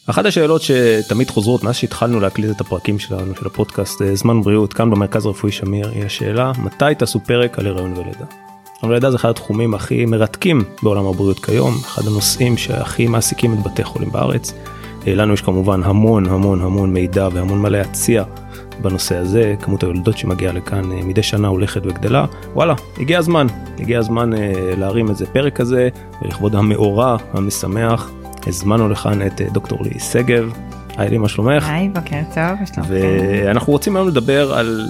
אחת השאלות שתמיד חוזרות מאז שהתחלנו להקליט את הפרקים שלנו של הפודקאסט זמן בריאות כאן במרכז רפואי שמיר היא השאלה מתי תעשו פרק על הריון ולידה. הלידה זה אחד התחומים הכי מרתקים בעולם הבריאות כיום, אחד הנושאים שהכי מעסיקים את בתי חולים בארץ. לנו יש כמובן המון מידע והמון מה להציע בנושא הזה, כמות היולדות שמגיעה לכאן מדי שנה הולכת וגדלה. וואלה, הגיע הזמן להרים איזה פרק הזה, ולכבוד המאורע, המשמח, הזמנו לכאן את דוקטור ליהי שגב. היי לי, מה שלומך? היי, בוקר טוב. ואנחנו רוצים היום לדבר על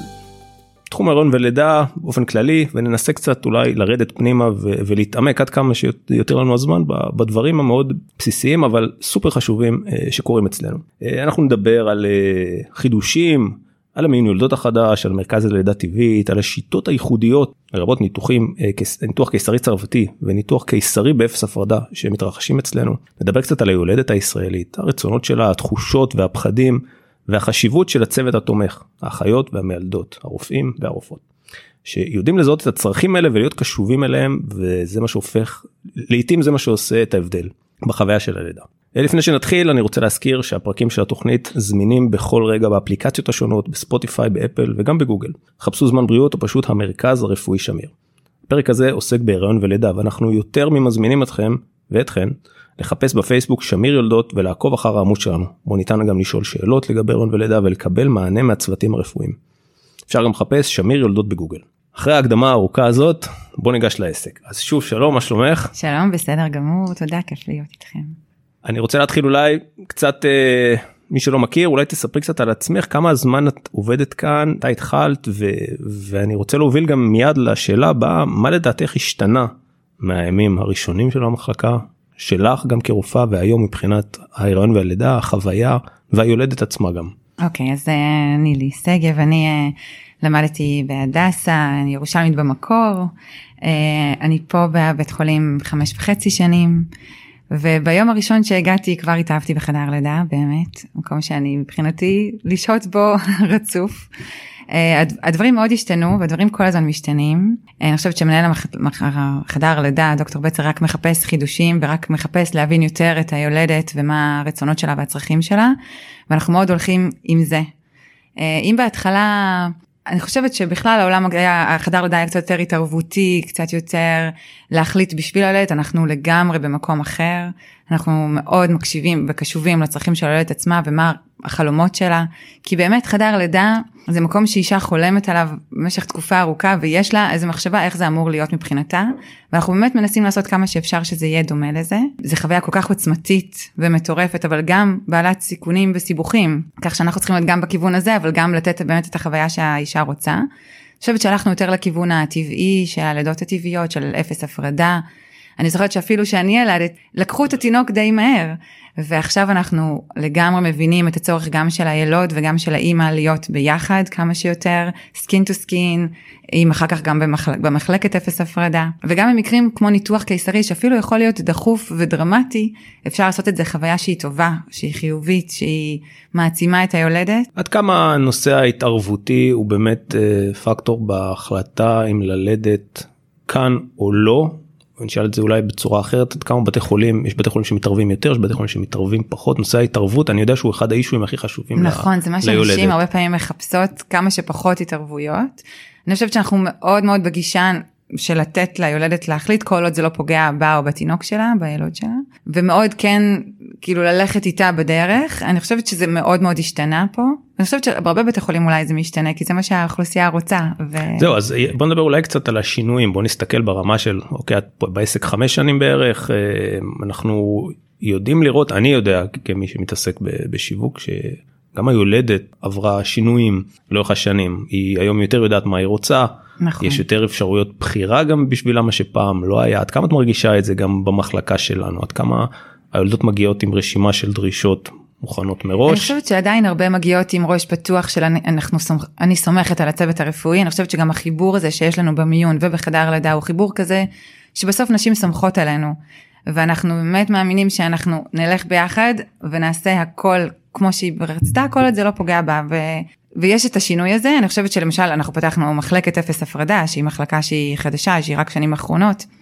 תחום הריון ולידה באופן כללי, וננסה קצת אולי לרדת פנימה ולהתעמק עד כמה שיותר לנו הזמן בדברים המאוד בסיסיים, אבל סופר חשובים שקורים אצלנו. אנחנו נדבר על חידושים, על המיון יולדות החדש, על מרכז ללידה טבעית, על השיטות הייחודיות, לרבות ניתוח קיסרי צרפתי וניתוח קיסרי באפס הפרדה שמתרחשים אצלנו. נדבר קצת על היולדת הישראלית, הרצונות שלה, התחושות והפחדים, והחשיבות של הצוות התומך, האחיות והמילדות, הרופאים והרופאות, שיודעים לזהות את הצרכים האלה ולהיות קשובים אליהם, וזה מה שהופך, לעתים זה מה שעושה את ההבדל בחוויה של הלידה. לפני שנתחיל, אני רוצה להזכיר שהפרקים של התוכנית זמינים בכל רגע באפליקציות השונות, בספוטיפיי, באפל וגם בגוגל. חפשו זמן בריאות או פשוט המרכז הרפואי שמיר. הפרק הזה עוסק בהיריון ולידה, ואנחנו יותר ממזמינים אתכם ואתכן לחפש בפייסבוק שמיר יולדות ולעקוב אחר העמוד שלנו. בו ניתן גם לשאול שאלות לגבי הריון ולידה ולקבל מענה מהצוותים הרפואיים. אפשר גם לחפש שמיר יולדות בגוגל. אחרי ההקדמה הארוכה הזאת, בוא ניגש לעסק. אז שוב, שלום, מה שלומך? שלום, בסדר גמור, תודה, כיף להיות איתכם. אני רוצה להתחיל אולי קצת, מי שלא מכיר, אולי תספרי קצת על עצמך, כמה זמן את עובדת כאן, אתה התחלת, ואני רוצה להוביל גם מיד לשאלה הבאה, מה לדעתך השתנה מהימים הראשונים של המחלקה, שלך גם כרופאה, והיום מבחינת ההיריון והלידה, החוויה, והיולדת עצמה גם. אוקיי, אז אני ליהי שגב, אני למדתי בהדסה, אני ירושלמית במקור, אני פה בבית חולים 5.5 שנים, וביום הראשון שהגעתי כבר התאהבתי בחדר לידה, באמת, מקום שאני מבחינתי לשהות בו רצוף. הדברים מאוד השתנו, והדברים כל הזמן משתנים. אני חושבת שמנהל חדר לידה, דוקטור בצר, רק מחפש חידושים, ורק מחפש להבין יותר את היולדת, ומה הרצונות שלה והצרכים שלה, ואנחנו מאוד הולכים עם זה. אם בהתחלה, אני חושבת שבכלל העולם החדר לידה היה קצת יותר התערבותי, קצת יותר להחליט בשביל הילדת, אנחנו לגמרי במקום אחר, אנחנו מאוד מקשיבים וקשובים לצרכים של הילדת עצמה ומה החלומות שלה, כי באמת חדר לידה זה מקום שאישה חולמת עליו במשך תקופה ארוכה, ויש לה איזו מחשבה איך זה אמור להיות מבחינתה, ואנחנו באמת מנסים לעשות כמה שאפשר שזה יהיה דומה לזה. זה חוויה כל כך עוצמתית ומטורפת, אבל גם בעלת סיכונים וסיבוכים, כך שאנחנו צריכים להיות גם בכיוון הזה, אבל גם לתת באמת את החוויה שהאישה רוצה. אני חושבת שהלכנו יותר לכיוון הטבעי, של הלידות הטבעיות, של אפס הפרדה. אני זוכרת שאפילו שאני ילדת, לקחו את התינוק די מהר, ועכשיו אנחנו לגמרי מבינים את הצורך גם של הילוד וגם של האמא להיות ביחד כמה שיותר, סקין טו סקין, עם אחר כך גם במחלקת אפס הפרדה, וגם במקרים כמו ניתוח קיסרי שאפילו יכול להיות דחוף ודרמטי, אפשר לעשות את זה חוויה שהיא טובה, שהיא חיובית, שהיא מעצימה את היולדת. עד כמה הנושא ההתערבותי הוא באמת פקטור בהחלטה אם ללדת כאן או לא? ונשאל את זה אולי בצורה אחרת, עד כמה בתי חולים, יש בתי חולים שמתערבים יותר, יש בתי חולים שמתערבים פחות, נושא ההתערבות, אני יודע שהוא אחד האישויים הכי חשובים ליולדת. נכון, זה מה שאנשים הרבה פעמים מחפשות, כמה שפחות התערבויות. אני חושבת שאנחנו מאוד מאוד בגישה של לתת ליולדת להחליט, כל עוד זה לא פוגע בה או בתינוק שלה, בילוד שלה, ומאוד כן, כאילו ללכת איתה בדרך. אני חושבת שזה מאוד מאוד השתנה פה, אני חושבת שבהרבה בתי חולים אולי זה משתנה, כי זה מה שהאוכלוסייה רוצה. זהו, אז בוא נדבר אולי קצת על השינויים, בוא נסתכל ברמה של, אוקיי, את בעסק 5 שנים בערך, אנחנו יודעים לראות, אני יודע כמי שמתעסק בשיווק, שגם היולדת עברה שינויים לאורך השנים, היא היום יותר יודעת מה היא רוצה, נכון. יש יותר אפשרויות בחירה גם בשבילה מה שפעם לא היה, עד כמה את מרגישה את זה גם במחלקה שלנו, עד כמה היולדות מגיעות עם רשימה של דרישות מוכנות מראש. אני חושבת שעדיין הרבה מגיעות עם ראש פתוח של אני סומכת על הצוות הרפואי, אני חושבת שגם החיבור הזה שיש לנו במיון ובחדר לידה הוא חיבור כזה, שבסוף נשים סומכות עלינו, ואנחנו באמת מאמינים שאנחנו נלך ביחד ונעשה הכל כמו שהיא רצתה, כל עוד זה לא פוגע בה, ויש את השינוי הזה. אני חושבת שלמשל אנחנו פתחנו מחלקת אפס הפרדה, שהיא מחלקה שהיא חדשה, שהיא רק שנים אחרונות,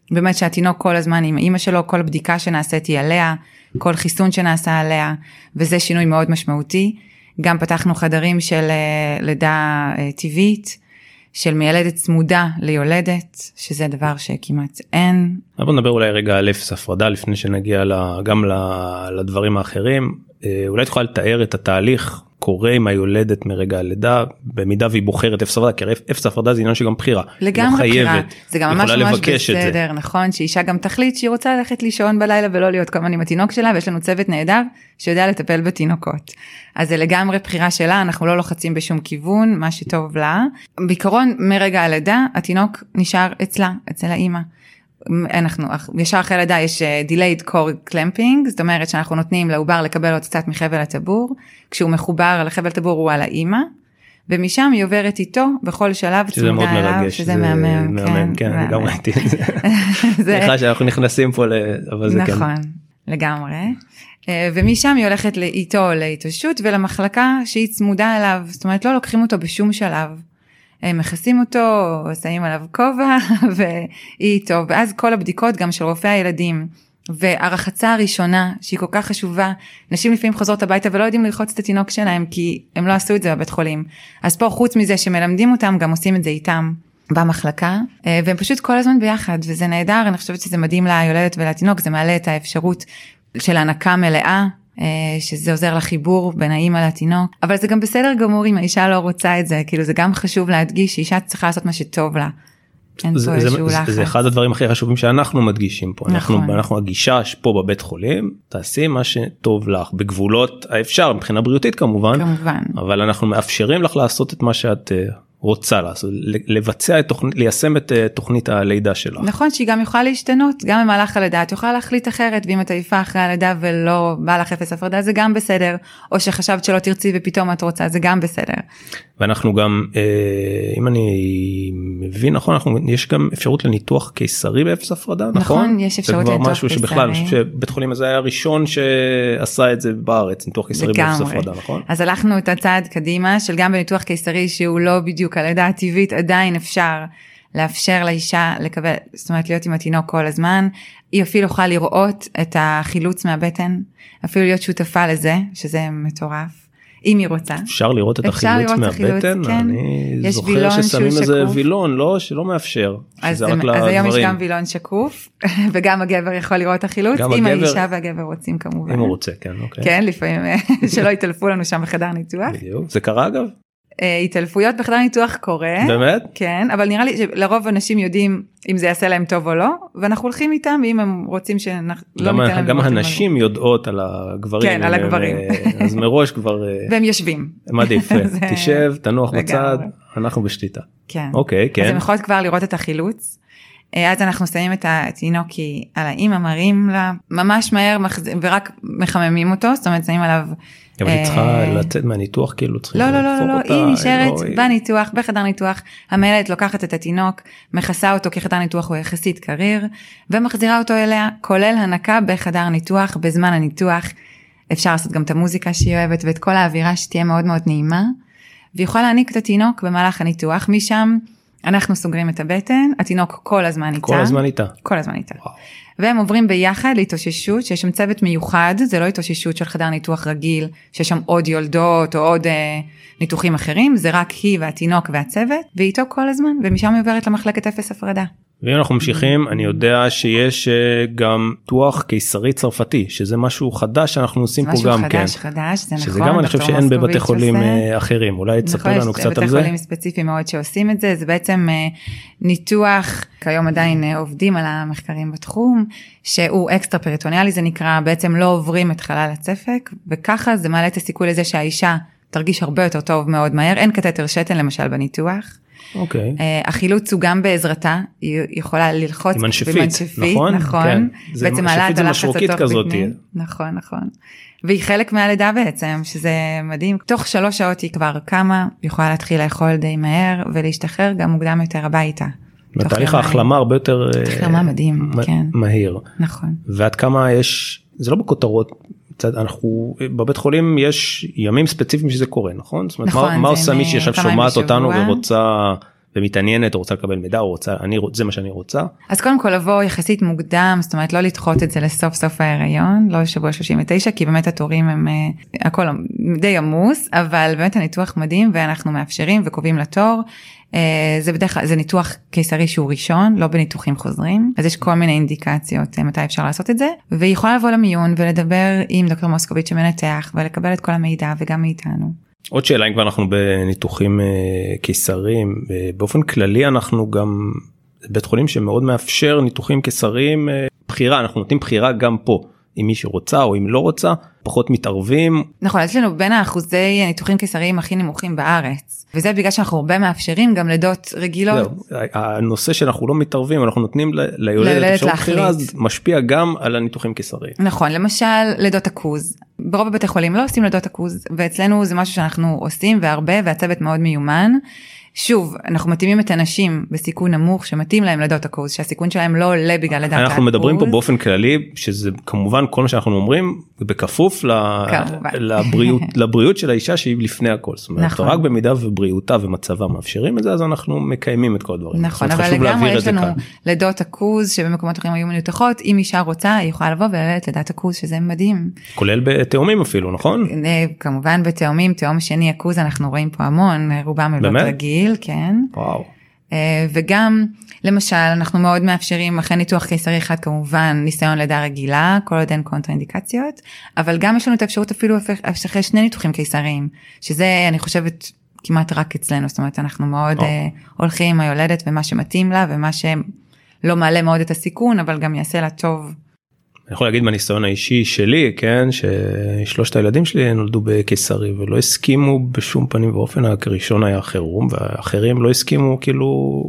באמת שהתינוק כל הזמן עם אמא שלו, כל בדיקה שנעשית היא עליה, כל חיסון שנעשה עליה, וזה שינוי מאוד משמעותי. גם פתחנו חדרים של לידה טבעית, של מיילדת צמודה ליולדת, שזה דבר שכמעט אין. בוא נדבר אולי רגע על אפס הפרדה, לפני שנגיע גם לדברים האחרים. אולי תוכל לתאר את התהליך, קורה עם היולדת מרגע הלידה, במידה והיא בוחרת אפס הפרדה, כי אפס הפרדה זה עניין שגם בחירה. לגמרי בחירה, זה גם ממש בסדר, נכון, שאישה גם תחליט שהיא רוצה ללכת לישון בלילה, ולא להיות כמובן עם התינוק שלה, ויש לנו צוות נהדר, שיודע לטפל בתינוקות. אז זה לגמרי בחירה שלה, אנחנו לא לוחצים בשום כיוון, מה שטוב לה. בעיקרון, מרגע הלידה, התינוק נשאר אצלה, אצל האמא. אנחנו, ישר אחרי לידה יש delayed cord clamping, זאת אומרת שאנחנו נותנים לעובר לקבל עוד קצת מחבל הטבור, כשהוא מחובר לחבל הטבור הוא על האמא, ומשם היא עוברת איתו בכל שלב צמודה אליו, שזה מהמם, כן, אני גם ראיתי את זה, סליחה שאנחנו נכנסים פה, אבל זה כן. נכון, לגמרי, ומשם היא הולכת איתו להתאוששות ולמחלקה שהיא צמודה אליו, זאת אומרת לא לוקחים אותו בשום שלב, מכסים אותו, שמים עליו כובע, והיא איתו, ואז כל הבדיקות גם של רופאי הילדים, והרחצה הראשונה, שהיא כל כך חשובה, נשים לפעמים חוזרות הביתה, ולא יודעים ללחוץ את התינוק שלהם, כי הם לא עשו את זה בבית חולים, אז פה חוץ מזה שמלמדים אותם, גם עושים את זה איתם, במחלקה, והם פשוט כל הזמן ביחד, וזה נהדר, אני חושבת שזה מדהים ליולדת ולתינוק, זה מעלה את האפשרות של הנקה מלאה, שזה עוזר לחיבור בין האמא לתינוק, אבל זה גם בסדר גמור אם האישה לא רוצה את זה, כאילו זה גם חשוב להדגיש שאישה צריכה לעשות מה שטוב לה. זה אחד הדברים הכי חשובים שאנחנו מדגישים פה, אנחנו הגישה פה בבית חולים, תעשי מה שטוב לך, בגבולות האפשר, מבחינה בריאותית כמובן, אבל אנחנו מאפשרים לך לעשות את מה שאת רוצה לעשות, ליישם את תוכנית הלידה שלה. נכון שהיא גם יכולה להשתנות, גם במהלך הלידה, את יכולה להחליט אחרת, ואם את עייפה אחרי הלידה ולא בא לך אפס הפרדה, זה גם בסדר, או שחשבת שלא תרצי ופתאום את רוצה, זה גם בסדר. ואנחנו גם, אם אני מבין נכון, יש גם אפשרות לניתוח קיסרי באפס הפרדה, נכון? נכון, יש אפשרות לניתוח קיסרי. זה כבר משהו שבכלל, אני חושב שבית חולים הזה היה הראשון שעשה את זה בארץ, ניתוח קיסרי באפס הפרדה, נכון? אז הלכנו את הצעד קדימה, של גם בניתוח קיסרי שהוא לא בדיוק הלידה הטבעית, עדיין אפשר לאפשר לאישה לקבל, זאת אומרת להיות עם התינוק כל הזמן, היא אפילו יכולה לראות את החילוץ מהבטן, אפילו להיות שותפה לזה, שזה מטורף. אם היא רוצה. אפשר לראות את החילוץ מהבטן? כן. אני זוכר ששמים איזה וילון, לא, שלא מאפשר. אז היום יש גם וילון שקוף, וגם הגבר יכול לראות את החילוץ, אם האישה והגבר רוצים כמובן. אם הוא רוצה, כן, אוקיי. כן, לפעמים שלא יתעלפו לנו שם בחדר ניתוח. בדיוק, זה קרה אגב? התעלפויות בחדר ניתוח קורה. באמת? כן, אבל נראה לי שלרוב אנשים יודעים אם זה יעשה להם טוב או לא, ואנחנו הולכים איתם, ואם הם רוצים שלא ניתן להם... גם הנשים יודעות על הגברים. כן, על הגברים. אז מראש כבר... והם יושבים. מעדיף, תשב, תנוח בצד, אנחנו בשליטה. כן. אוקיי, כן. אז הם יכולות כבר לראות את החילוץ. אז אנחנו שמים את התינוקי על האמא, מראים לה ממש מהר, ורק מחממים אותו, זאת אומרת, שמים עליו... אבל היא צריכה לצאת מהניתוח, כאילו צריכה לפור אותה. היא נשארת בניתוח, בחדר ניתוח, המלדת לוקחת את התינוק, מכסה אותו כחדר ניתוח הוא יחסית קריר, ומחזירה אותו אליה, כולל הנקה בחדר ניתוח, בזמן הניתוח, אפשר לעשות גם את המוזיקה שהיא אוהבת, ואת כל האווירה שתהיה מאוד מאוד נעימה, והיא יכולה להעניק את התינוק במהלך הניתוח, משם אנחנו סוגרים את הבטן, התינוק כל הזמן איתה. כל הזמן איתה. כל הזמן איתה. והם עוברים ביחד להתאוששות, שיש שם צוות מיוחד, זה לא התאוששות של חדר ניתוח רגיל, שיש שם עוד יולדות או עוד ניתוחים אחרים, זה רק היא והתינוק והצוות, ואיתו כל הזמן, ומשם היא עוברת למחלקת אפס הפרדה. ואם אנחנו ממשיכים, אני יודע שיש גם ניתוח קיסרי צרפתי, שזה משהו חדש שאנחנו עושים פה גם כן. משהו חדש, זה נכון. שזה גם אני חושב שאין בבתי חולים אחרים, אולי תספר לנו קצת על זה. בתי חולים ספציפיים מאוד שעושים את זה, זה בעצם ניתוח, כיום עדיין עובדים על המחקרים בתחום, שהוא אקסטרה פריטוניאלי, זה נקרא, בעצם לא עוברים את חלל הצפק, וככה זה מעלה את הסיכוי לזה שהאישה תרגיש הרבה יותר טוב מאוד מהר, אין קטטר שתן למשל בניתוח. אוקיי. החילוץ הוא גם בעזרתה, היא יכולה ללחוץ במנשפית, נכון? נכון. בעצם מעלה את הלחץ התוך בפנים. נכון, נכון. והיא חלק מהלידה בעצם, שזה מדהים. תוך 3 שעות היא כבר קמה, היא יכולה להתחיל לאכול די מהר, ולהשתחרר גם מוקדם יותר הביתה. בתהליך ההחלמה הרבה יותר החלמה מדהים, כן. מהיר. נכון. ועד כמה יש, זה לא בכותרות, אנחנו בבית חולים יש ימים ספציפיים שזה קורה, נכון? זאת אומרת, מה עושה מי שישב שומעת אותנו ורוצה ומתעניינת, או רוצה לקבל מידע, או רוצה, זה מה שאני רוצה. אז קודם כל לבוא יחסית מוקדם, זאת אומרת לא לדחות את זה לסוף סוף ההיריון, לא שבוע 39, כי באמת התורים הם, הכל די עמוס, אבל באמת הניתוח מדהים, ואנחנו מאפשרים וקובעים לתור, זה בדרך כלל, זה ניתוח קיסרי שהוא ראשון, לא בניתוחים חוזרים, אז יש כל מיני אינדיקציות מתי אפשר לעשות את זה, והיא יכולה לבוא למיון ולדבר עם דוקטור מוסקוביץ' שמנתח, ולקבל את כל המידע וגם מאיתנו. עוד שאלה, אם כבר אנחנו בניתוחים קיסריים, באופן כללי אנחנו גם בית חולים שמאוד מאפשר ניתוחים קיסריים, בחירה, אנחנו נותנים בחירה גם פה, אם מי שרוצה או אם לא רוצה, פחות מתערבים. נכון, יש לנו בין האחוזי ניתוחים קיסריים הכי נמוכים בארץ, וזה בגלל שאנחנו הרבה מאפשרים גם לידות רגילות. הנושא שאנחנו לא מתערבים, אנחנו נותנים ליולדת אפשרות בחירה, אז משפיע גם על הניתוחים קיסריים. נכון, למשל לידות עכוז. ברוב בבתי חולים לא עושים לידות עכוז, ואצלנו זה משהו שאנחנו עושים והרבה, והצוות מאוד מיומן. שוב, אנחנו מתאימים את האנשים בסיכון נמוך שמתאים להם לידות עכוז, שהסיכון שלהם לא עולה בגלל לידת העכוז. אנחנו מדברים פה באופן כללי, שזה כמובן כל מה שאנחנו אומרים, בכפוף לבריאות של האישה שהיא לפני הכל. זאת אומרת, רק במידה ובריאותה ומצבה מאפשרים את זה, אז אנחנו מקיימים את כל הדברים. נכון, אבל לגמרי יש לנו לידות עכוז, שבמקומות אחרים היו מנותחות, אם אישה רוצה, היא יכולה לבוא וללדת לידת עכוז, שזה מדהים. כולל בתאומים אפילו, נכון? כמובן בתאומים, תאום שני עכוז, אנחנו רואים פה המון, רובם לידות רגיל, כן. וואו. וגם, למשל, אנחנו מאוד מאפשרים, אחרי ניתוח קיסרי אחד, כמובן, ניסיון לידה רגילה, כל עוד אין קונטראינדיקציות, אבל גם יש לנו את האפשרות אפילו אחרי שני ניתוחים קיסריים, שזה, אני חושבת, כמעט רק אצלנו, זאת אומרת, אנחנו מאוד הולכים עם היולדת ומה שמתאים לה, ומה שלא מעלה מאוד את הסיכון, אבל גם יעשה לה טוב. אני יכול להגיד מהניסיון האישי שלי, כן, ששלושת הילדים שלי נולדו בקיסרי, ולא הסכימו בשום פנים ואופן, הראשון היה חירום, והאחרים לא הסכימו כאילו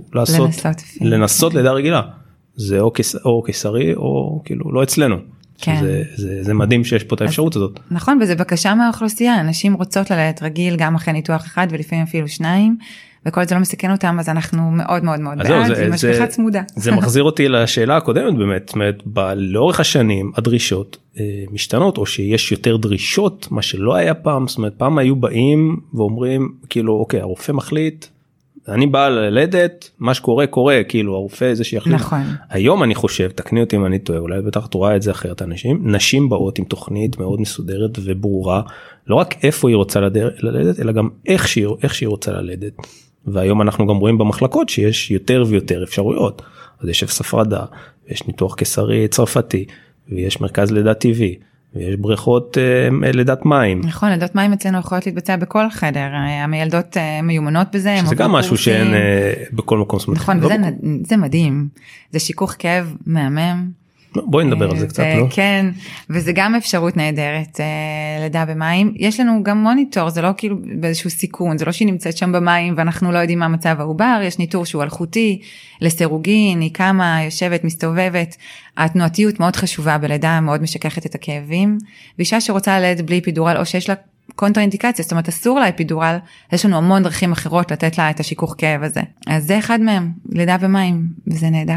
לנסות לידה רגילה. זה או קיסרי, או כאילו לא אצלנו. כן. זה מדהים שיש פה את האפשרות הזאת. נכון, וזה בקשה מהאוכלוסייה, אנשים רוצות ללדת רגיל, גם אחרי ניתוח אחד, ולפעמים אפילו שניים, וכל זה לא מסכן אותם, אז אנחנו מאוד מאוד מאוד בעד, עם השגחה צמודה. זה מחזיר אותי לשאלה הקודמת באמת, לאורך השנים הדרישות משתנות, או שיש יותר דרישות, מה שלא היה פעם, זאת אומרת, פעם היו באים ואומרים, כאילו, אוקיי, הרופא מחליט, אני בא ללדת, מה שקורה, קורה, כאילו, הרופא זה שיחליט. נכון. היום אני חושב, תקני אותי אם אני טועה, אולי בטח את רואה את זה אחרת אנשים, נשים באות עם תוכנית מאוד מסודרת וברורה, לא רק איפה היא רוצה ללדת, אלא גם איך שהיא רוצה ללדת. והיום אנחנו גם רואים במחלקות שיש יותר ויותר אפשרויות. אז יש הפרדה, ויש ניתוח קיסרי צרפתי, ויש מרכז לידה טבעי, ויש בריכות לידת מים. נכון, לידות מים אצלנו יכולות להתבצע בכל חדר, המילדות מיומנות בזה. שזה גם משהו שאין בכל מקום. נכון, וזה מדהים, זה שיכוך כאב מהמם. בואי נדבר על זה קצת, לא? כן, וזה גם אפשרות נהדרת, לידה במים. יש לנו גם מוניטור, זה לא כאילו באיזשהו סיכון, זה לא שהיא נמצאת שם במים ואנחנו לא יודעים מה מצב העובר, יש ניטור שהוא אלחוטי, לסירוגין, היא קמה, יושבת, מסתובבת. התנועתיות מאוד חשובה בלידה, מאוד משככת את הכאבים, ואישה שרוצה ללדת בלי אפידורל, או שיש לה קונטראינדיקציה, זאת אומרת אסור לה אפידורל, יש לנו המון דרכים אחרות לתת לה את השיכוך כאב הזה. אז זה אחד מהם, לידה במים, וזה נהדר.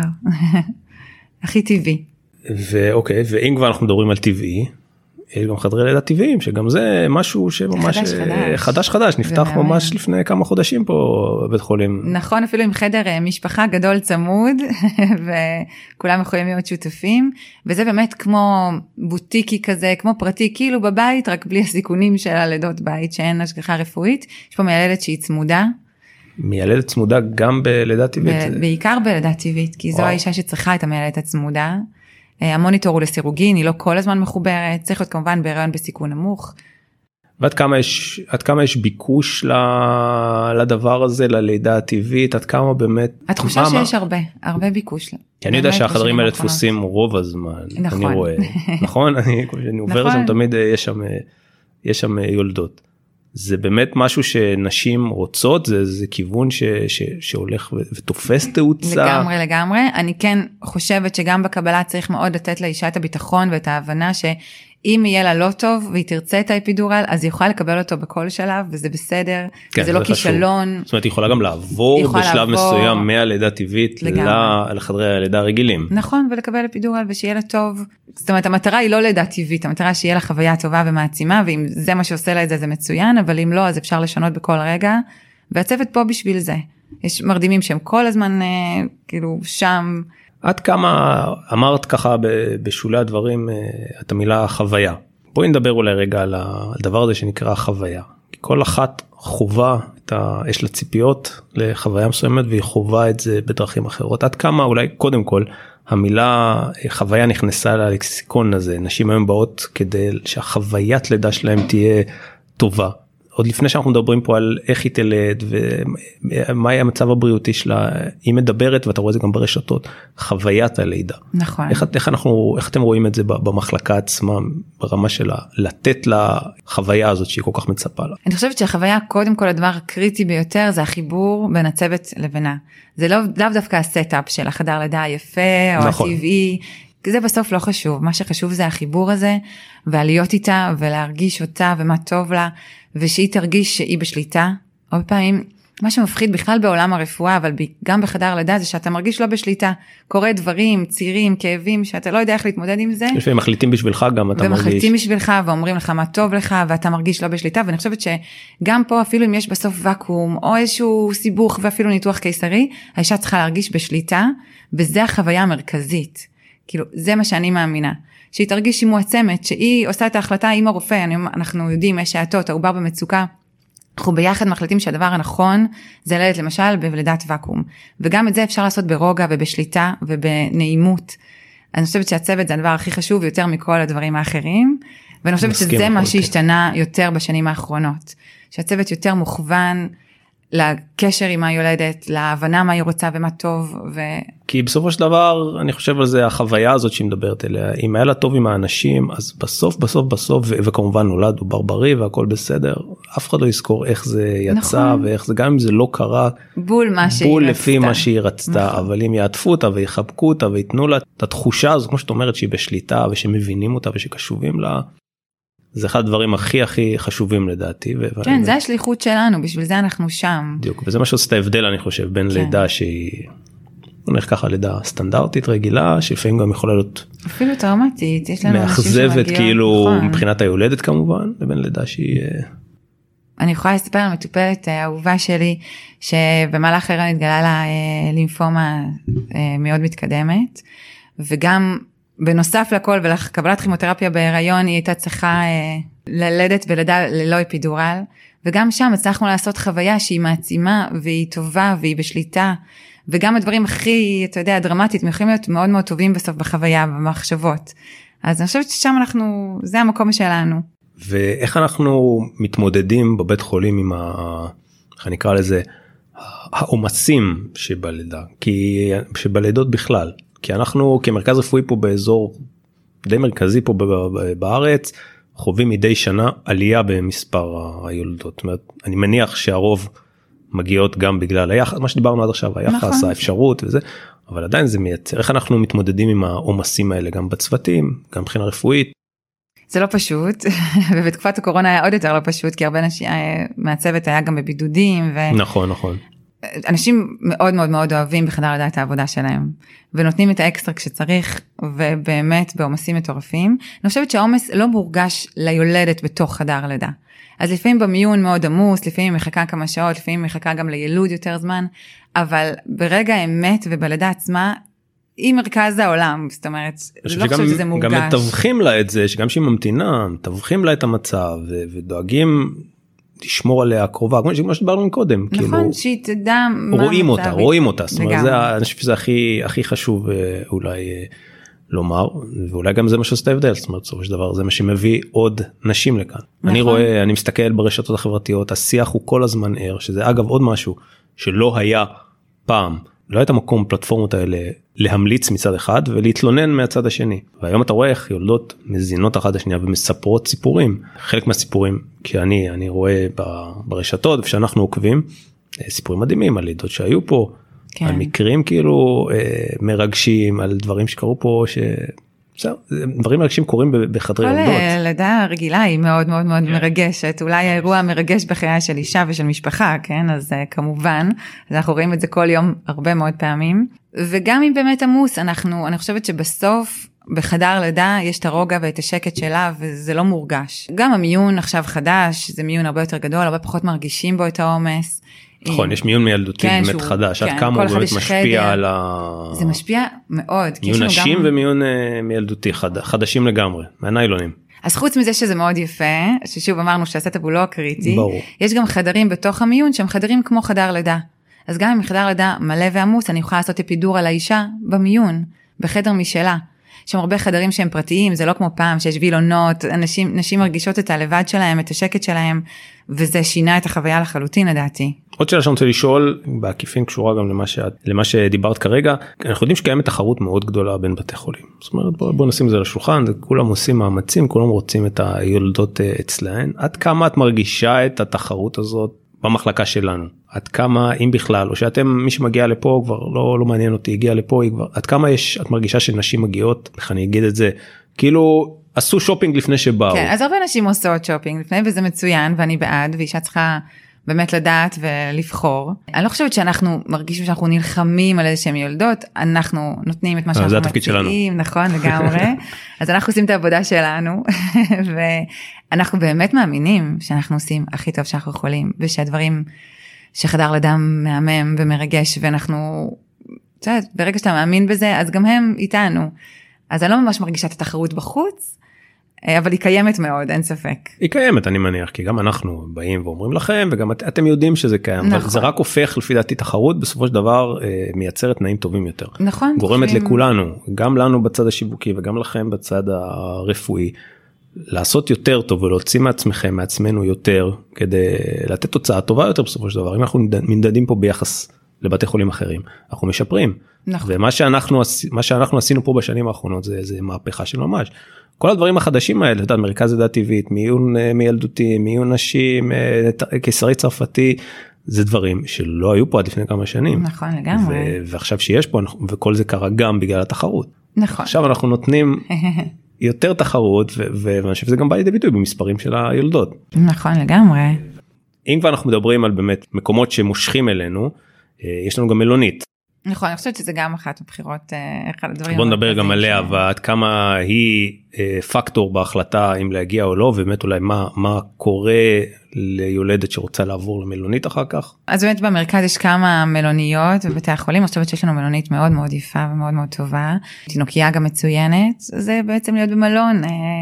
הכי טבעי. ואוקיי, ואם כבר אנחנו מדברים על טבעי, יש גם חדרי לידה טבעיים, שגם זה משהו שממש חדש, נפתח ממש לפני כמה חודשים פה בבית חולים. נכון, אפילו עם חדר משפחה גדול צמוד, וכולם יכולים להיות שותפים, וזה באמת כמו בוטיקי כזה, כמו פרטי, כאילו בבית, רק בלי הסיכונים של הלידות בית, שאין השגחה רפואית. יש פה מיילדת שהיא צמודה. מיילדת צמודה גם בלידה טבעית? בעיקר בלידה טבעית, כי זו האישה שצריכה את המיילדת הצמודה. המוניטור הוא לסירוגין, היא לא כל הזמן מחוברת, צריך להיות כמובן בהיריון בסיכון נמוך. ועד כמה יש ביקוש לדבר הזה, ללידה הטבעית, עד כמה באמת... התחושה שיש הרבה ביקוש. כי אני יודע שהחדרים האלה תפוסים רוב הזמן, אני רואה, נכון? אני עובר שם תמיד, יש שם יולדות. זה באמת משהו שנשים רוצות, זה כיוון שהולך ותופס תאוצה. לגמרי. אני כן חושבת שגם בקבלה צריך מאוד לתת לאישה את הביטחון ואת ההבנה שאם יהיה לה לא טוב והיא תרצה את האפידורל, אז היא יכולה לקבל אותו בכל שלב, וזה בסדר, וזה לא כישלון. זאת אומרת, היא יכולה גם לעבור בשלב מסוים מהלידה טבעית לחדרי הלידה הרגילים. נכון, ולקבל אפידורל ושיהיה לה טוב. זאת אומרת, המטרה היא לא לידה טבעית, המטרה שיהיה לה חוויה טובה ומעצימה, ואם זה מה שעושה לה את זה, זה מצוין, אבל אם לא, אז אפשר לשנות בכל רגע, והצוות פה בשביל זה. יש מרדימים שהם כל הזמן כאילו שם. עד כמה אמרת ככה בשולי הדברים את המילה חוויה. בואי נדבר אולי רגע על הדבר הזה שנקרא חוויה. כל אחת חובה, יש לה ציפיות לחוויה מסוימת והיא חובה את זה בדרכים אחרות. עד כמה אולי קודם כל המילה חוויה נכנסה ללקסיקון הזה. נשים היום באות כדי שהחוויית לידה שלהם תהיה טובה. עוד לפני שאנחנו מדברים פה על איך היא תלד ומה יהיה המצב הבריאותי שלה, היא מדברת ואתה רואה את זה גם ברשתות, חוויית הלידה. נכון. איך אתם רואים את זה במחלקה עצמה, ברמה שלה, לתת לה חוויה הזאת שהיא כל כך מצפה לה? אני חושבת שהחוויה קודם כל הדבר הקריטי ביותר זה החיבור בין הצוות לבינה. זה לאו דווקא הסטאפ של החדר לידה היפה או נכון. הטבעי, זה בסוף לא חשוב, מה שחשוב זה החיבור הזה, והלהיות איתה ולהרגיש אותה ומה טוב לה, ושהיא תרגיש שהיא בשליטה. הרבה פעמים, מה שמפחיד בכלל בעולם הרפואה, אבל גם בחדר לידה, זה שאתה מרגיש לא בשליטה. קורה דברים, צירים, כאבים, שאתה לא יודע איך להתמודד עם זה. לפעמים מחליטים בשבילך גם אתה מרגיש. ומחליטים בשבילך, ואומרים לך מה טוב לך, ואתה מרגיש לא בשליטה, ואני חושבת שגם פה, אפילו אם יש בסוף וקום, או איזשהו סיבוך, ואפילו ניתוח קיסרי, האישה צריכה להרגיש בשליטה, וזה החוויה המרכזית. כאילו, זה מה שאני מאמינה. שהיא תרגיש שהיא מועצמת, שהיא עושה את ההחלטה עם הרופא, אנחנו יודעים, יש שעתות, העובר במצוקה, אנחנו ביחד מחליטים שהדבר הנכון, זה ללדת למשל בלידת וקום, וגם את זה אפשר לעשות ברוגע ובשליטה ובנעימות. אני חושבת שהצוות זה הדבר הכי חשוב יותר מכל הדברים האחרים, ואני חושבת שזה מה שהשתנה יותר בשנים האחרונות, שהצוות יותר מוכוון, לקשר עם היולדת, להבנה מה היא רוצה ומה טוב. כי בסופו של דבר, אני חושב על זה, החוויה הזאת שהיא מדברת אליה, אם היה לה טוב עם האנשים, אז בסוף, וכמובן נולד הוא ברברי והכל בסדר, אף אחד לא יזכור איך זה יצא, נכון. ואיך זה, גם אם זה לא קרה, בול לפי מה שהיא רצתה, נכון. אבל אם יעטפו אותה ויחבקו אותה, ויתנו לה את התחושה הזו, כמו שאת אומרת, שהיא בשליטה, ושמבינים אותה, ושקשובים לה, זה אחד הדברים הכי חשובים לדעתי. כן, זה השליחות שלנו, בשביל זה אנחנו שם. בדיוק, וזה מה שעושה את ההבדל, אני חושב, בין לידה שהיא, נלך ככה, לידה סטנדרטית רגילה, שלפעמים גם יכולה להיות אפילו טראומטית, יש לנו מאכזבת, כאילו, מבחינת היולדת כמובן, לבין לידה שהיא... אני יכולה לספר על מטופלת האהובה שלי, שבמהלך ההיריון התגלה לה לימפומה מאוד מתקדמת, וגם בנוסף לכל ולקבלת כימותרפיה בהיריון, היא הייתה צריכה ללדת ולידה ללא אפידורל, וגם שם הצלחנו לעשות חוויה שהיא מעצימה, והיא טובה, והיא בשליטה, וגם הדברים הכי, אתה יודע, דרמטית, יכולים להיות מאוד מאוד טובים בסוף בחוויה, במחשבות. אז אני חושבת ששם זה המקום שלנו. ואיך אנחנו מתמודדים בבית חולים עם איך נקרא לזה, העומסים שבלידה, שבלידות בכלל. כי אנחנו כמרכז רפואי פה באזור די מרכזי פה בארץ, חווים מדי שנה עלייה במספר היולדות. זאת אומרת, אני מניח שהרוב מגיעות גם בגלל היחס, מה שדיברנו עד עכשיו, היחס, נכון. האפשרות וזה, אבל עדיין זה מייצר. איך אנחנו מתמודדים עם העומסים האלה, גם בצוותים, גם מבחינה רפואית? זה לא פשוט, ובתקופת הקורונה היה עוד יותר לא פשוט, כי הרבה אנשים מהצוות היה גם בבידודים. נכון, נכון. אנשים מאוד מאוד מאוד אוהבים בחדר לידה את העבודה שלהם, ונותנים את האקסטרה כשצריך, ובאמת בעומסים מטורפים. אני חושבת שהעומס לא מורגש ליולדת בתוך חדר לידה. אז לפעמים במיון מאוד עמוס, לפעמים מחכה כמה שעות, לפעמים מחכה גם לילוד יותר זמן, אבל ברגע האמת ובלידה עצמה, היא מרכז העולם, זאת אומרת, לא חושבת שזה מורגש. גם מתווכים לה את זה, שגם שהיא ממתינה, מתווכים לה את המצב, ודואגים לשמור עליה קרובה, כמו שדיברנו קודם. נכון, שהיא תדע מה המצב. רואים אותה, זאת אומרת, אני חושב שזה הכי חשוב אולי לומר, ואולי גם זה מה שעושה ההבדל, זאת אומרת, בסופו של דבר, זה מה שמביא עוד נשים לכאן. אני רואה, אני מסתכל ברשתות החברתיות, השיח הוא כל הזמן ער, שזה אגב עוד משהו שלא היה פעם, לא הייתה מקום פלטפורמות האלה להמליץ מצד אחד ולהתלונן מהצד השני. והיום אתה רואה איך יולדות מזינות אחת השנייה ומספרות סיפורים. חלק מהסיפורים, כי אני רואה ברשתות ושאנחנו עוקבים, סיפורים מדהימים על לידות שהיו פה, כן. על מקרים כאילו מרגשים, על דברים שקרו פה, דברים מרגשים קורים בחדרי יולדות. לידה רגילה היא מאוד מאוד מאוד מרגשת, אולי האירוע מרגש בחייה של אישה ושל משפחה, כן? אז כמובן, אנחנו רואים את זה כל יום הרבה מאוד פעמים, וגם אם באמת עמוס, אני חושבת שבסוף, בחדר לידה יש את הרוגע ואת השקט שלה, וזה לא מורגש. גם המיון עכשיו חדש, זה מיון הרבה יותר גדול, הרבה פחות מרגישים בו את העומס, נכון, יש מיון מילדותי באמת חדש, עד כמה הוא באמת משפיע על זה משפיע מאוד. מיון נשים ומיון מילדותי חדשים לגמרי, מהניילונים. אז חוץ מזה שזה מאוד יפה, ששוב אמרנו שהסטאפ הוא לא קריטי, יש גם חדרים בתוך המיון שהם חדרים כמו חדר לידה. אז גם אם חדר לידה מלא ועמוס, אני יכולה לעשות אפידורה לאישה במיון, בחדר משלה. יש שם הרבה חדרים שהם פרטיים, זה לא כמו פעם שיש וילונות, נשים מרגישות את הלבד שלהם, את השקט שלהם, וזה שינה את החוויה לחלוטין, לדעתי. עוד שאלה שאני רוצה לשאול, בעקיפין קשורה גם למה שדיברת כרגע, אנחנו יודעים שקיימת תחרות מאוד גדולה בין בתי חולים. זאת אומרת, בוא נשים את זה לשולחן, כולם עושים מאמצים, כולם רוצים את היולדות אצלהן. עד כמה את מרגישה את התחרות הזאת במחלקה שלנו? עד כמה, אם בכלל, או שאתם, מי שמגיע לפה כבר לא מעניין אותי, הגיע לפה, עד כמה את מרגישה שנשים מגיעות, איך אני אגיד את זה, כאילו עשו שופינג לפני שבאו. כן, אז הרבה נשים עושות שופינג לפני, וזה מצוין, ואני בעד, ואישה צריכה באמת לדעת ולבחור. אני לא חושבת שאנחנו מרגישים שאנחנו נלחמים על איזה שהם יולדות, אנחנו נותנים את מה שאנחנו מציעים, נכון, לגמרי. אז אנחנו עושים את העבודה שלנו, ואנחנו באמת מאמינים שאנחנו עושים הכי טוב שאנחנו יכולים, ושהדברים שחדר לדם מהמם ומרגש, ואנחנו, ברגע שאתה מאמין בזה, אז גם הם איתנו. אז אני לא ממש מרגישה את התחרות בחוץ, אבל היא קיימת מאוד, אין ספק. היא קיימת, אני מניח, כי גם אנחנו באים ואומרים לכם, וגם אתם יודעים שזה קיים, נכון. אבל זה רק הופך לפי דעתי תחרות, בסופו של דבר מייצרת תנאים טובים יותר. נכון. גורמת לכולנו, גם לנו בצד השיווקי, וגם לכם בצד הרפואי, לעשות יותר טוב, ולהוציא מעצמכם, מעצמנו יותר, כדי לתת תוצאה טובה יותר בסופו של דבר. אם אנחנו נמדדים פה ביחס לבתי חולים אחרים, אנחנו משפרים. נכון. ומה שאנחנו עשינו פה בשנים האחרונות, זה מהפכה של ממש. כל הדברים החדשים האלה, אתה יודע, מרכז לידה טבעית, מיון מילדותי, מיון נשים, קיסרי צרפתי, זה דברים שלא היו פה עד לפני כמה שנים. נכון, לגמרי. ועכשיו שיש פה, וכל זה קרה גם בגלל התחרות. נכון. עכשיו אנחנו נותנים יותר תחרות, ואני חושב שזה גם בא לידי ביטוי במספרים של היולדות. נכון, לגמרי. אם כבר אנחנו מדברים על באמת מקומות שמושכים אלינו, יש לנו גם מלונית. נכון, אני חושבת שזה גם אחת מבחירות, אחד הדברים. בוא נדבר גם עליה, ועד כמה היא פקטור בהחלטה אם להגיע או לא, ובאמת אולי מה קורה ליולדת שרוצה לעבור למלונית אחר כך. אז באמת במרכז יש כמה מלוניות בבתי החולים, אני חושבת שיש לנו מלונית מאוד מאוד יפה ומאוד מאוד טובה, תינוקייה גם מצוינת, זה בעצם להיות במלון,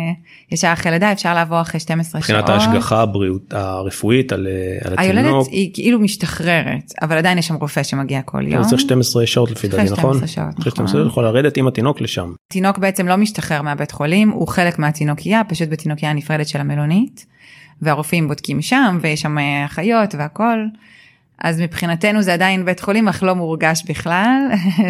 ישר אחרי לידה, אפשר לעבור אחרי 12 שעות. מבחינת ההשגחה הרפואית על התינוק. היולדת היא כאילו משתחררת, אבל עדיין יש שם רופא שמגיע כל יום. צריך 12 שעות לפי דעתי, נכון? אחרי 12 שעות, נכון. 12 שעות יכול לרדת עם התינוק לשם. תינוק בעצם לא משתחרר מהבית חולים, הוא חלק מהתינוקייה, פשוט בתינוקייה נפרדת של המלונית. והרופאים בודקים שם, ויש שם אחיות והכל, אז מבחינתנו זה עדיין בית חולים, אך לא מורגש בכלל.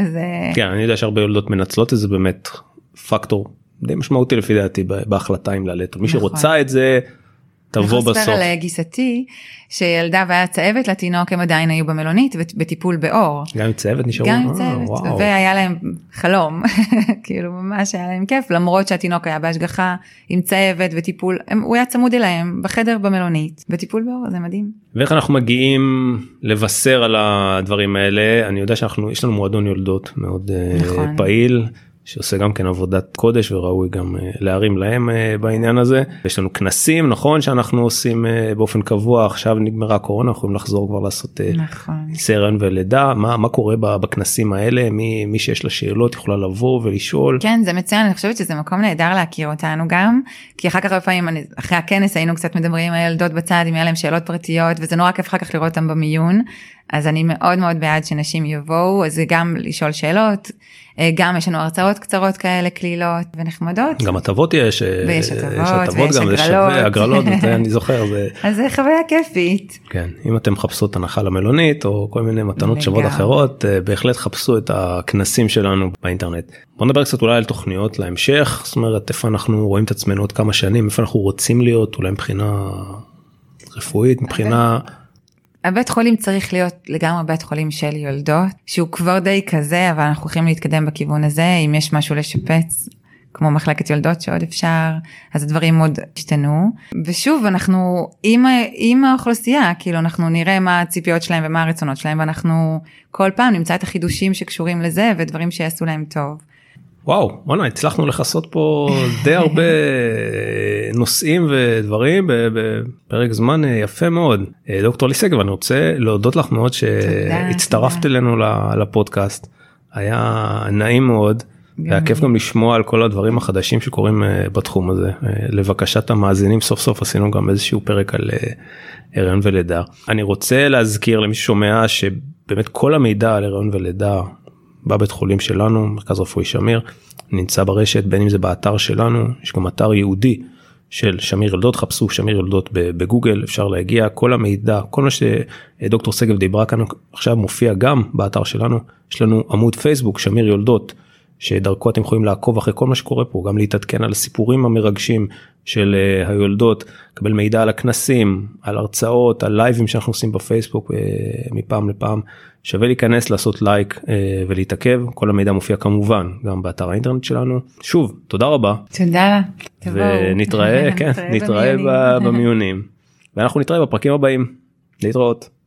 כן, אני יודע שהרבה יולדות מנצלות את זה באמת פקטור די משמעותי לפי דעתי בהחלטה אם לעלות. מי שרוצה את זה, תבוא בסוף. אני חושבת על גיסתי, שילדה והיה צהבת לתינוק, הם עדיין היו במלונית, בטיפול באור. גם עם צהבת נשארו? גם עם צהבת, והיה להם חלום, כאילו ממש היה להם כיף, למרות שהתינוק היה בהשגחה, עם צהבת וטיפול, הוא היה צמוד אליהם, בחדר במלונית, בטיפול באור, זה מדהים. ואיך אנחנו מגיעים לבשר על הדברים האלה? אני יודע שיש לנו מועדון יולדות מאוד פעיל, שעושה גם כן עבודת קודש וראוי גם להרים להם בעניין הזה. יש לנו כנסים, נכון, שאנחנו עושים באופן קבוע, עכשיו נגמרה הקורונה, אנחנו יכולים לחזור כבר לעשות סרן ולידה, מה קורה בכנסים האלה, מי שיש לה שאלות יכולה לבוא ולשאול. כן, זה מצוין, אני חושבת שזה מקום נהדר להכיר אותנו גם, כי אחר כך לפעמים, אחרי הכנס היינו קצת מדברים על ילדות בצד, אם היה להם שאלות פרטיות, וזה נורא כיף אחר כך לראות אותם במיון, אז אני מאוד מאוד בעד שנשים יבואו, אז זה גם לשאול שאלות, גם יש לנו הרצאות קצרות כאלה, כלילות ונחמדות. גם הטבות יש, ויש הטבות ויש הגרלות, אני זוכר. אז זה חוויה כיפית. כן, אם אתם חפשו הנחה למלונית, או כל מיני מתנות שוות אחרות, בהחלט חפשו את הכנסים שלנו באינטרנט. בוא נדבר קצת אולי על תוכניות להמשך, זאת אומרת, איפה אנחנו רואים את עצמנו עוד כמה שנים, איפה אנחנו רוצים להיות, אולי מבחינה רפואית, מבחינה... הבית חולים צריך להיות לגמרי בית חולים של יולדות, שהוא כבר די כזה, אבל אנחנו יכולים להתקדם בכיוון הזה, אם יש משהו לשפץ, כמו מחלקת יולדות שעוד אפשר, אז הדברים עוד השתנו. ושוב, אנחנו עם האוכלוסייה, כאילו אנחנו נראה מה הציפיות שלהם ומה הרצונות שלהם, ואנחנו כל פעם נמצא את החידושים שקשורים לזה, ודברים שיעשו להם טוב. וואו, בוא'נה, הצלחנו לחסות פה די הרבה נושאים ודברים בפרק זמן יפה מאוד. דוקטור לי שגב, אני רוצה להודות לך מאוד שהצטרפת אלינו לפודקאסט. היה נעים מאוד, והיה כיף גם לשמוע על כל הדברים החדשים שקורים בתחום הזה. לבקשת המאזינים, סוף סוף עשינו גם איזשהו פרק על הריון ולידה. אני רוצה להזכיר למי ששומע שבאמת כל המידע על הריון ולידה, בבית חולים שלנו, מרכז רפואי שמיר, נמצא ברשת, בין אם זה באתר שלנו, יש גם אתר ייעודי של שמיר יולדות, חפשו שמיר יולדות בגוגל, אפשר להגיע, כל המידע, כל מה שדוקטור שגב דיברה כאן עכשיו מופיע גם באתר שלנו, יש לנו עמוד פייסבוק, שמיר יולדות, שדרכו אתם יכולים לעקוב אחרי כל מה שקורה פה, גם להתעדכן על הסיפורים המרגשים של היולדות, לקבל מידע על הכנסים, על הרצאות, על לייבים שאנחנו עושים בפייסבוק מפעם לפעם, שווה להיכנס, לעשות לייק ולהתעכב, כל המידע מופיע כמובן גם באתר האינטרנט שלנו. שוב, תודה רבה. תודה. ונתראה, כן, נתראה במיונים. ואנחנו נתראה בפרקים הבאים. להתראות.